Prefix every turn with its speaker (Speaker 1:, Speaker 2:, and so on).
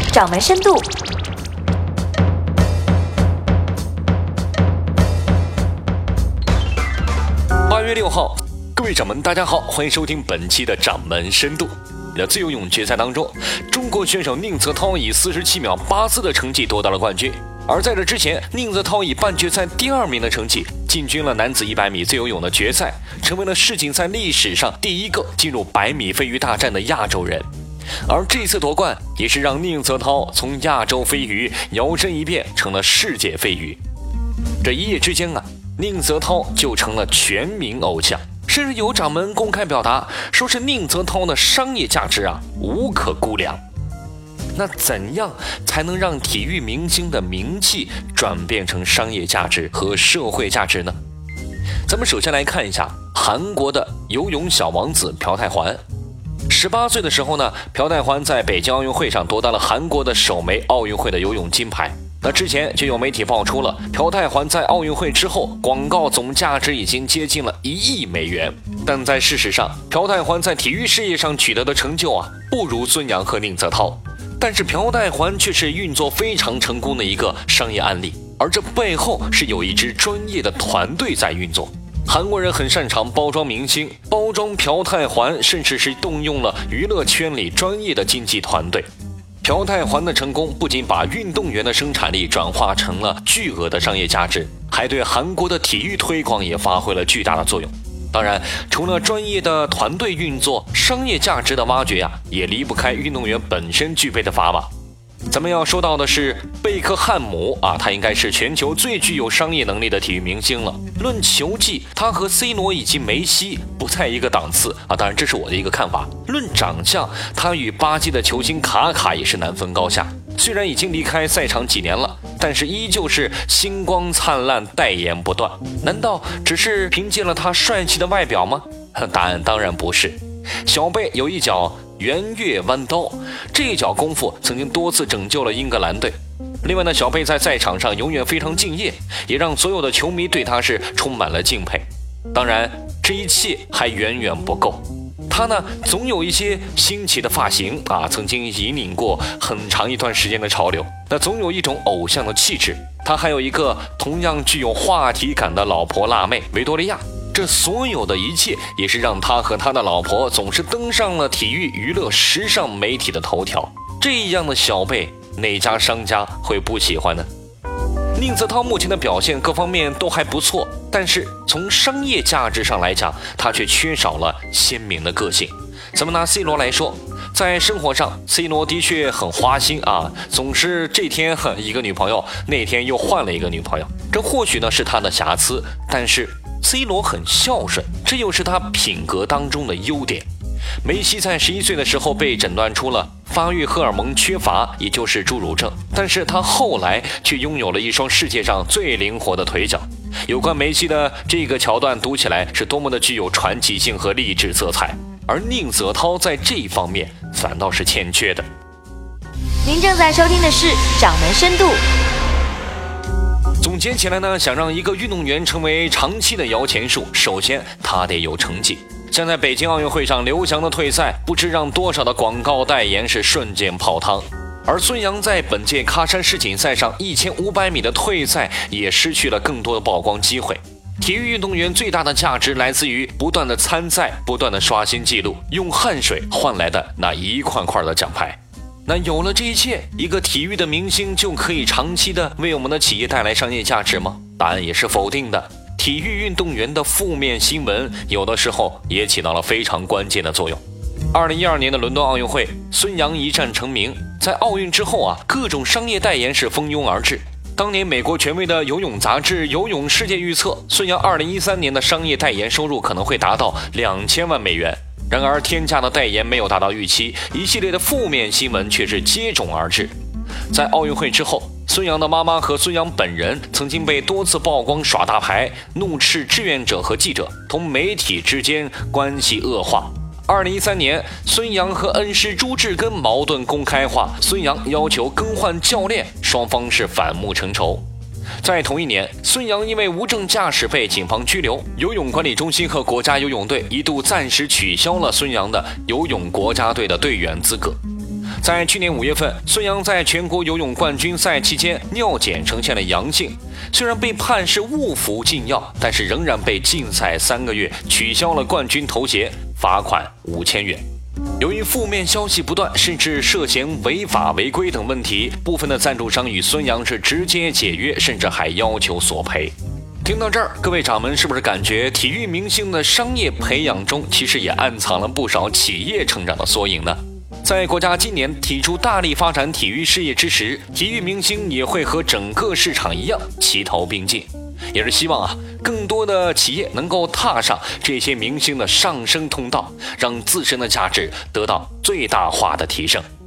Speaker 1: 掌门深度。
Speaker 2: 8月6号，各位掌门大家好，欢迎收听本期的掌门深度。自由泳决赛当中，中国选手宁泽涛以47秒84的成绩夺得了冠军。而在这之前，宁泽涛以半决赛第2名的成绩进军了男子100米自由泳的决赛，成为了世锦赛历史上第一个进入100米飞鱼大战的亚洲人。而这次夺冠也是让宁泽涛从亚洲飞鱼摇身一变成了世界飞鱼。这一夜之间啊，宁泽涛就成了全民偶像，甚至有掌门公开表达，说是宁泽涛的商业价值无可估量。那怎样才能让体育明星的名气转变成商业价值和社会价值呢？咱们首先来看一下韩国的游泳小王子朴泰桓。18岁的时候呢，朴泰桓在北京奥运会上夺得了韩国的首枚奥运会的游泳金牌。那之前就有媒体爆出了，朴泰桓在奥运会之后广告总价值已经接近了1亿美元。但在事实上，朴泰桓在体育事业上取得的成就不如孙杨和宁泽涛。但是朴泰桓却是运作非常成功的一个商业案例，而这背后是有一支专业的团队在运作。韩国人很擅长包装明星，包装朴泰桓，甚至是动用了娱乐圈里专业的经纪团队。朴泰桓的成功不仅把运动员的生产力转化成了巨额的商业价值，还对韩国的体育推广也发挥了巨大的作用。当然，除了专业的团队运作，商业价值的挖掘也离不开运动员本身具备的砝码。咱们要说到的是贝克汉姆他应该是全球最具有商业能力的体育明星了。论球技，他和 C 罗以及梅西不在一个档次当然这是我的一个看法。论长相，他与巴西的球星卡卡也是难分高下。虽然已经离开赛场几年了，但是依旧是星光灿烂，代言不断。难道只是凭借了他帅气的外表吗？答案当然不是。小贝有一脚圆月弯刀，这一脚功夫曾经多次拯救了英格兰队。另外呢，小贝在赛场上永远非常敬业，也让所有的球迷对他是充满了敬佩。当然，这一切还远远不够。他呢，总有一些新奇的发型曾经引领过很长一段时间的潮流。那总有一种偶像的气质。他还有一个同样具有话题感的老婆辣妹维多利亚。这所有的一切也是让他和他的老婆总是登上了体育娱乐时尚媒体的头条。这样的小贝，哪家商家会不喜欢呢？宁泽涛目前的表现各方面都还不错，但是从商业价值上来讲，他却缺少了鲜明的个性。咱们拿 C 罗来说，在生活上 C 罗的确很花心总是这天一个女朋友，那天又换了一个女朋友。这或许呢是他的瑕疵，但是 C 罗很孝顺，这又是他品格当中的优点。梅西在11岁的时候被诊断出了发育荷尔蒙缺乏，也就是侏儒症，但是他后来却拥有了一双世界上最灵活的腿脚。有关梅西的这个桥段读起来是多么的具有传奇性和励志色彩，而宁泽涛在这一方面反倒是欠缺的。
Speaker 1: 您正在收听的是掌门深度。
Speaker 2: 总结起来呢，想让一个运动员成为长期的摇钱树，首先他得有成绩。像在北京奥运会上，刘翔的退赛不知让多少的广告代言是瞬间泡汤。而孙杨在本届喀山世锦赛上1500米的退赛，也失去了更多的曝光机会。体育运动员最大的价值来自于不断的参赛，不断的刷新纪录，用汗水换来的那一块块的奖牌。那有了这一切，一个体育的明星就可以长期的为我们的企业带来商业价值吗？答案也是否定的。体育运动员的负面新闻有的时候也起到了非常关键的作用。2012年的伦敦奥运会，孙杨一战成名，在奥运之后各种商业代言是蜂拥而至。当年美国权威的游泳杂志《游泳世界》预测，孙杨2013年的商业代言收入可能会达到2000万美元。然而天价的代言没有达到预期，一系列的负面新闻却是接踵而至。在奥运会之后，孙杨的妈妈和孙杨本人曾经被多次曝光耍大牌，怒斥志愿者和记者，同媒体之间关系恶化。2013年，孙杨和恩师朱志根矛盾公开化，孙杨要求更换教练，双方是反目成仇。在同一年，孙杨因为无证驾驶被警方拘留，游泳管理中心和国家游泳队一度暂时取消了孙杨的游泳国家队的队员资格。 在去年5月份，孙杨在全国游泳冠军赛期间尿检呈现了阳性，虽然被判是误服禁药，但是仍然被禁赛3个月，取消了冠军头衔，罚款5000元。由于负面消息不断，甚至涉嫌违法违规等问题，部分的赞助商与孙杨是直接解约，甚至还要求索赔。听到这儿，各位掌门是不是感觉体育明星的商业培养中其实也暗藏了不少企业成长的缩影呢？在国家今年提出大力发展体育事业之时，体育明星也会和整个市场一样齐头并进，也是希望更多的企业能够踏上这些明星的上升通道，让自身的价值得到最大化的提升。